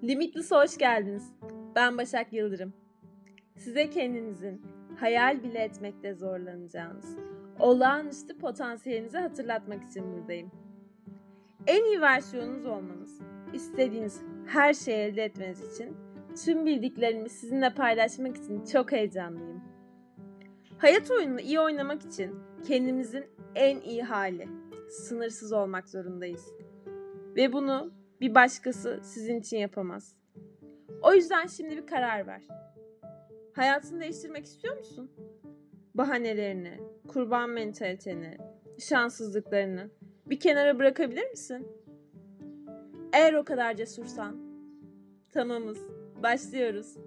Limitless'e hoş geldiniz. Ben Başak Yıldırım. Size kendinizin hayal bile etmekte zorlanacağınız olağanüstü potansiyelinizi hatırlatmak için buradayım. En iyi versiyonunuz olmanız, istediğiniz her şeyi elde etmeniz için tüm bildiklerimi sizinle paylaşmak için çok heyecanlıyım. Hayat oyununu iyi oynamak için kendimizin en iyi hali, sınırsız olmak zorundayız. Ve bunu bir başkası sizin için yapamaz. O yüzden şimdi bir karar ver. Hayatını değiştirmek istiyor musun? Bahanelerini, kurban mentaliteni, şanssızlıklarını bir kenara bırakabilir misin? Eğer o kadar cesursan, tamamız, başlıyoruz.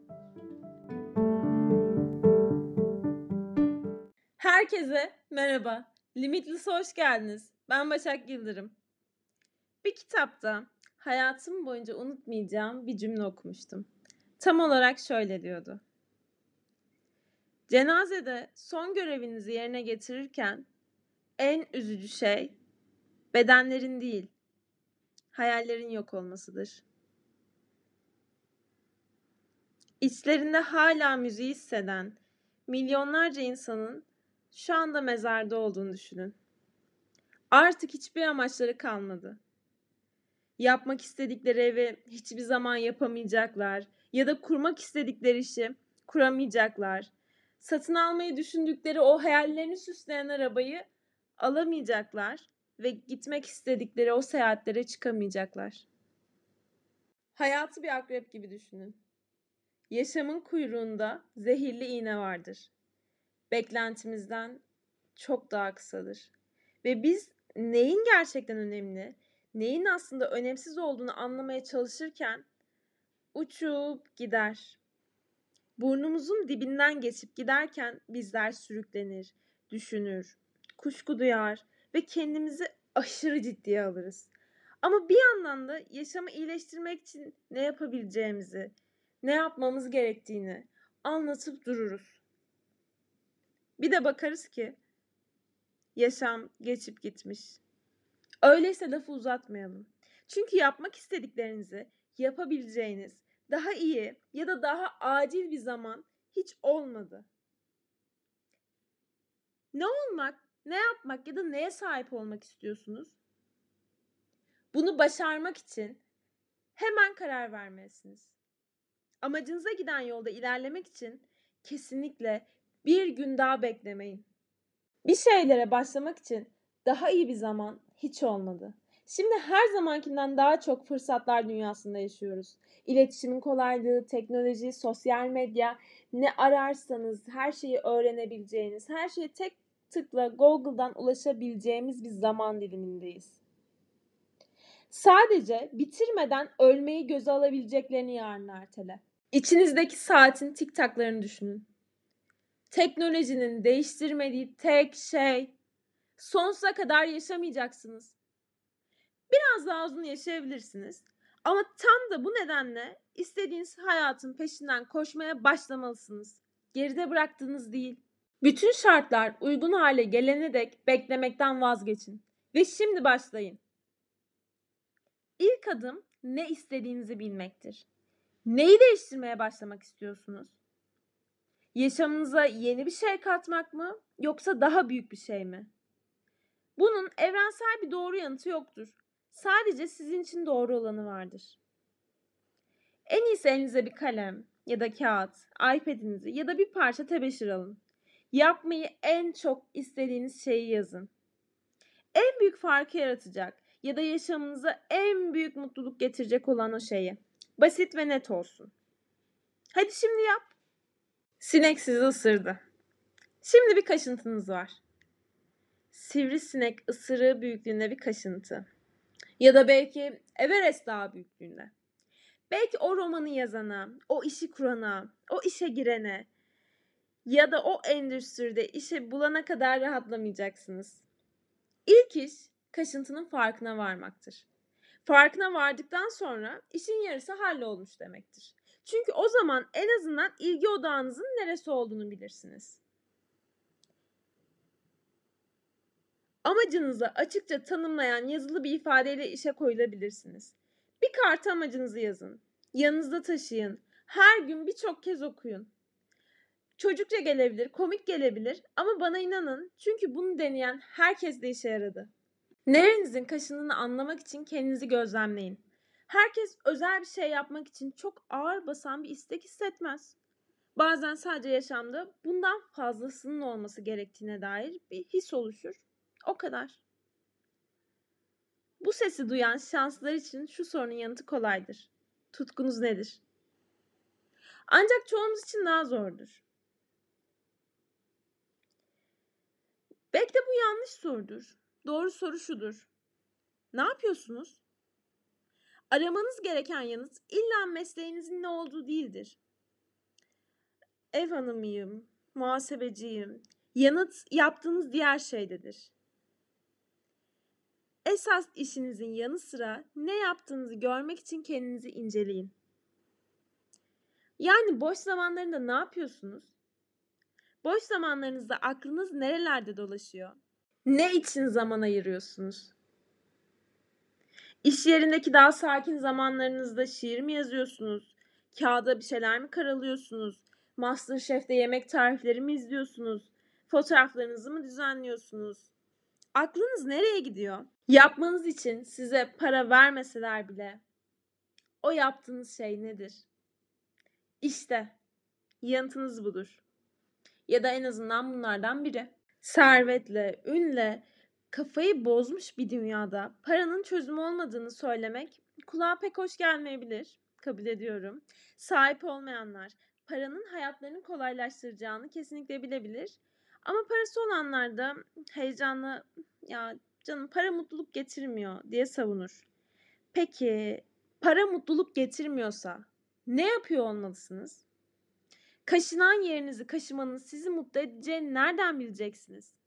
Herkese merhaba, Limitless'e hoş geldiniz. Ben Başak Yıldırım. Bir kitapta hayatım boyunca unutmayacağım bir cümle okumuştum. Tam olarak şöyle diyordu. Cenazede son görevinizi yerine getirirken en üzücü şey bedenlerin değil, hayallerin yok olmasıdır. İçlerinde hala müziği hisseden milyonlarca insanın şu anda mezarda olduğunu düşünün. Artık hiçbir amaçları kalmadı. Yapmak istedikleri evi hiçbir zaman yapamayacaklar ya da kurmak istedikleri işi kuramayacaklar. Satın almayı düşündükleri o hayallerini süsleyen arabayı alamayacaklar ve gitmek istedikleri o seyahatlere çıkamayacaklar. Hayatı bir akrep gibi düşünün. Yaşamın kuyruğunda zehirli iğne vardır. Beklentimizden çok daha kısadır. Ve biz neyin gerçekten önemli, neyin aslında önemsiz olduğunu anlamaya çalışırken uçup gider. Burnumuzun dibinden geçip giderken bizler sürüklenir, düşünür, kuşku duyar ve kendimizi aşırı ciddiye alırız. Ama bir yandan da yaşamı iyileştirmek için ne yapabileceğimizi, ne yapmamız gerektiğini anlatıp dururuz. Bir de bakarız ki yaşam geçip gitmiş. Öyleyse lafı uzatmayalım. Çünkü yapmak istediklerinizi yapabileceğiniz daha iyi ya da daha acil bir zaman hiç olmadı. Ne olmak, ne yapmak ya da neye sahip olmak istiyorsunuz? Bunu başarmak için hemen karar vermelisiniz. Amacınıza giden yolda ilerlemek için kesinlikle bir gün daha beklemeyin. Bir şeylere başlamak için daha iyi bir zaman hiç olmadı. Şimdi her zamankinden daha çok fırsatlar dünyasında yaşıyoruz. İletişimin kolaylığı, teknoloji, sosyal medya, ne ararsanız her şeyi öğrenebileceğiniz, her şeye tek tıkla Google'dan ulaşabileceğimiz bir zaman dilimindeyiz. Sadece bitirmeden ölmeyi göze alabileceklerini yarına ertele. İçinizdeki saatin tiktaklarını düşünün. Teknolojinin değiştirmediği tek şey sonsuza kadar yaşamayacaksınız. Biraz daha uzun yaşayabilirsiniz. Ama tam da bu nedenle istediğiniz hayatın peşinden koşmaya başlamalısınız. Geride bıraktığınız değil. Bütün şartlar uygun hale gelene dek beklemekten vazgeçin. Ve şimdi başlayın. İlk adım ne istediğinizi bilmektir. Neyi değiştirmeye başlamak istiyorsunuz? Yaşamınıza yeni bir şey katmak mı yoksa daha büyük bir şey mi? Bunun evrensel bir doğru yanıtı yoktur. Sadece sizin için doğru olanı vardır. En iyisi elinize bir kalem ya da kağıt, iPad'inizi ya da bir parça tebeşir alın. Yapmayı en çok istediğiniz şeyi yazın. En büyük farkı yaratacak ya da yaşamınıza en büyük mutluluk getirecek olan o şeyi. Basit ve net olsun. Hadi şimdi yap. Sinek sizi ısırdı. Şimdi bir kaşıntınız var. Sivrisinek ısırığı büyüklüğünde bir kaşıntı. Ya da belki Everest Dağı büyüklüğünde. Belki o romanı yazana, o işi kurana, o işe girene ya da o endüstride işe bulana kadar rahatlamayacaksınız. İlk iş kaşıntının farkına varmaktır. Farkına vardıktan sonra işin yarısı hallolmuş demektir. Çünkü o zaman en azından ilgi odağınızın neresi olduğunu bilirsiniz. Amacınızı açıkça tanımlayan yazılı bir ifadeyle işe koyulabilirsiniz. Bir karta amacınızı yazın. Yanınızda taşıyın. Her gün birçok kez okuyun. Çocukça gelebilir, komik gelebilir ama bana inanın çünkü bunu deneyen herkes de işe yaradı. Nerenizin kaşındığını anlamak için kendinizi gözlemleyin. Herkes özel bir şey yapmak için çok ağır basan bir istek hissetmez. Bazen sadece yaşamda bundan fazlasının olması gerektiğine dair bir his oluşur. O kadar. Bu sesi duyan şanslılar için şu sorunun yanıtı kolaydır. Tutkunuz nedir? Ancak çoğumuz için daha zordur. Belki de bu yanlış sorudur. Doğru soru şudur. Ne yapıyorsunuz? Aramanız gereken yanıt illa mesleğinizin ne olduğu değildir. Ev hanımıyım, muhasebeciyim. Yanıt yaptığınız diğer şeydedir. Esas işinizin yanı sıra ne yaptığınızı görmek için kendinizi inceleyin. Yani boş zamanlarında ne yapıyorsunuz? Boş zamanlarınızda aklınız nerelerde dolaşıyor? Ne için zaman ayırıyorsunuz? İş yerindeki daha sakin zamanlarınızda şiir mi yazıyorsunuz? Kağıda bir şeyler mi karalıyorsunuz? MasterChef'te yemek tarifleri mi izliyorsunuz? Fotoğraflarınızı mı düzenliyorsunuz? Aklınız nereye gidiyor? Yapmanız için size para vermeseler bile o yaptığınız şey nedir? İşte yanıtınız budur. Ya da en azından bunlardan biri. Servetle, ünle kafayı bozmuş bir dünyada paranın çözümü olmadığını söylemek kulağa pek hoş gelmeyebilir. Kabul ediyorum. Sahip olmayanlar paranın hayatlarını kolaylaştıracağını kesinlikle bilebilir. Ama parası olanlar da heyecanla ya canım para mutluluk getirmiyor diye savunur. Peki para mutluluk getirmiyorsa ne yapıyor olmalısınız? Kaşınan yerinizi kaşımanın sizi mutlu edeceğini nereden bileceksiniz?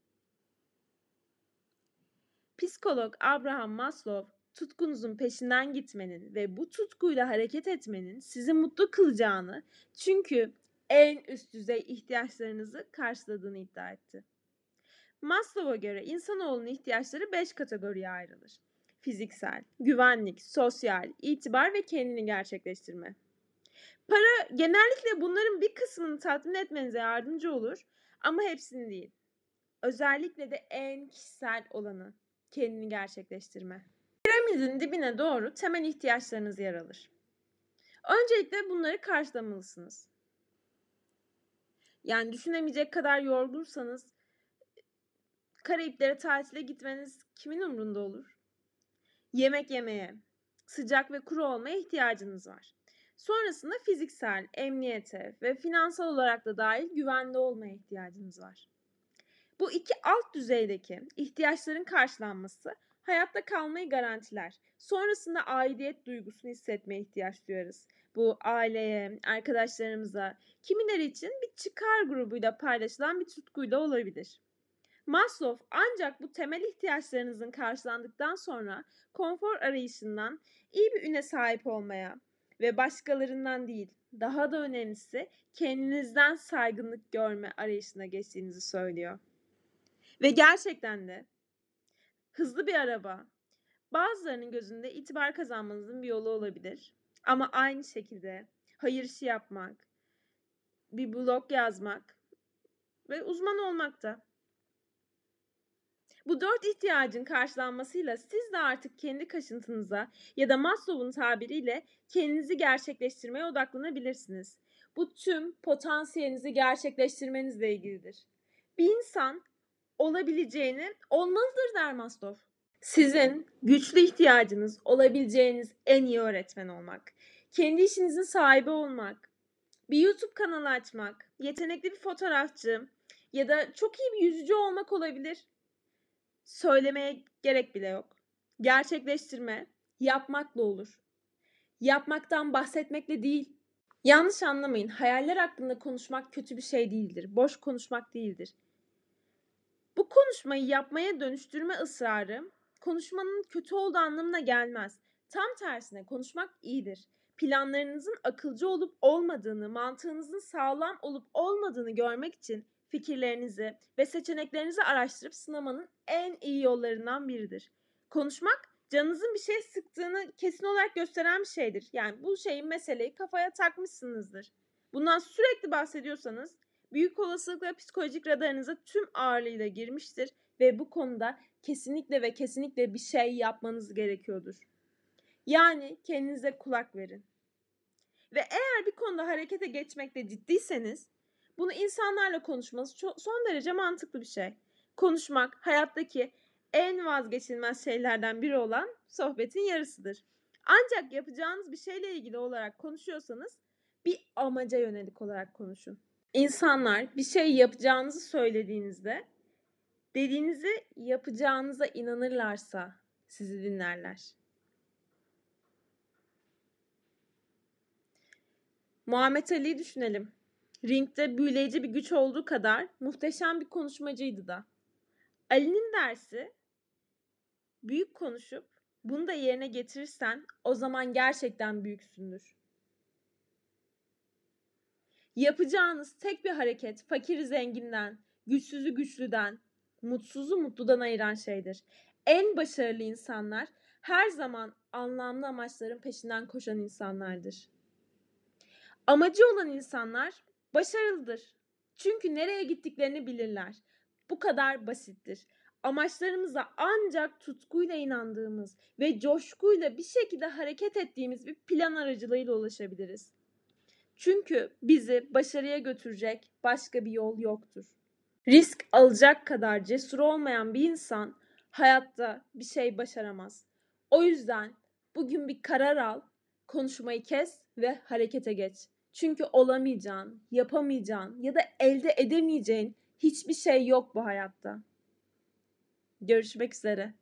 Psikolog Abraham Maslow, tutkunuzun peşinden gitmenin ve bu tutkuyla hareket etmenin sizi mutlu kılacağını, çünkü en üst düzey ihtiyaçlarınızı karşıladığını iddia etti. Maslow'a göre insanoğlunun ihtiyaçları 5 kategoriye ayrılır. Fiziksel, güvenlik, sosyal, itibar ve kendini gerçekleştirme. Para genellikle bunların bir kısmını tatmin etmenize yardımcı olur ama hepsini değil. Özellikle de en kişisel olanı, kendini gerçekleştirme. Piramidin dibine doğru temel ihtiyaçlarınız yer alır. Öncelikle bunları karşılamalısınız. Yani düşünemeyecek kadar yorgunsanız Karayiplere tatile gitmeniz kimin umrunda olur? Yemek yemeye, sıcak ve kuru olmaya ihtiyacınız var. Sonrasında fiziksel, emniyete ve finansal olarak da dahil güvende olmaya ihtiyacınız var. Bu iki alt düzeydeki ihtiyaçların karşılanması hayatta kalmayı garantiler. Sonrasında aidiyet duygusunu hissetmeye ihtiyaç duyarız. Bu aileye, arkadaşlarımıza, kimileri için bir çıkar grubuyla paylaşılan bir tutkuyla olabilir. Maslow ancak bu temel ihtiyaçlarınızın karşılandıktan sonra konfor arayışından iyi bir üne sahip olmaya ve başkalarından değil, daha da önemlisi kendinizden saygınlık görme arayışına geçtiğinizi söylüyor. Ve gerçekten de hızlı bir araba bazılarının gözünde itibar kazanmanızın bir yolu olabilir. Ama aynı şekilde hayır işi yapmak, bir blog yazmak ve uzman olmak da. Bu 4 ihtiyacın karşılanmasıyla siz de artık kendi kaşıntınıza ya da Maslow'un tabiriyle kendinizi gerçekleştirmeye odaklanabilirsiniz. Bu tüm potansiyelinizi gerçekleştirmenizle ilgilidir. Bir insan olabileceğini olmalıdır der Maslow. Sizin güçlü ihtiyacınız olabileceğiniz en iyi öğretmen olmak, kendi işinizin sahibi olmak, bir YouTube kanalı açmak, yetenekli bir fotoğrafçı ya da çok iyi bir yüzücü olmak olabilir. Söylemeye gerek bile yok. Gerçekleştirme, yapmakla olur. Yapmaktan bahsetmekle değil. Yanlış anlamayın, hayaller hakkında konuşmak kötü bir şey değildir. Boş konuşmak değildir. Bu konuşmayı yapmaya dönüştürme ısrarı, konuşmanın kötü olduğu anlamına gelmez. Tam tersine konuşmak iyidir. Planlarınızın akılcı olup olmadığını, mantığınızın sağlam olup olmadığını görmek için fikirlerinizi ve seçeneklerinizi araştırıp sınamanın en iyi yollarından biridir. Konuşmak canınızın bir şeye sıktığını kesin olarak gösteren bir şeydir. Yani bu meseleyi kafaya takmışsınızdır. Bundan sürekli bahsediyorsanız büyük olasılıkla psikolojik radarınıza tüm ağırlığıyla girmiştir ve bu konuda kesinlikle ve kesinlikle bir şey yapmanız gerekiyordur. Yani kendinize kulak verin. Ve eğer bir konuda harekete geçmekte ciddiyseniz bunu insanlarla konuşmanız son derece mantıklı bir şey. Konuşmak hayattaki en vazgeçilmez şeylerden biri olan sohbetin yarısıdır. Ancak yapacağınız bir şeyle ilgili olarak konuşuyorsanız bir amaca yönelik olarak konuşun. İnsanlar bir şey yapacağınızı söylediğinizde dediğinizi yapacağınıza inanırlarsa sizi dinlerler. Muhammed Ali'yi düşünelim. Ringde büyüleyici bir güç olduğu kadar muhteşem bir konuşmacıydı da. Ali'nin dersi büyük konuşup bunu da yerine getirirsen o zaman gerçekten büyüksündür. Yapacağınız tek bir hareket fakiri zenginden, güçsüzü güçlüden, mutsuzu mutludan ayıran şeydir. En başarılı insanlar her zaman anlamlı amaçların peşinden koşan insanlardır. Amacı olan insanlar başarılıdır. Çünkü nereye gittiklerini bilirler. Bu kadar basittir. Amaçlarımıza ancak tutkuyla inandığımız ve coşkuyla bir şekilde hareket ettiğimiz bir plan aracılığıyla ulaşabiliriz. Çünkü bizi başarıya götürecek başka bir yol yoktur. Risk alacak kadar cesur olmayan bir insan hayatta bir şey başaramaz. O yüzden bugün bir karar al, konuşmayı kes ve harekete geç. Çünkü olamayacağın, yapamayacağın ya da elde edemeyeceğin hiçbir şey yok bu hayatta. Görüşmek üzere.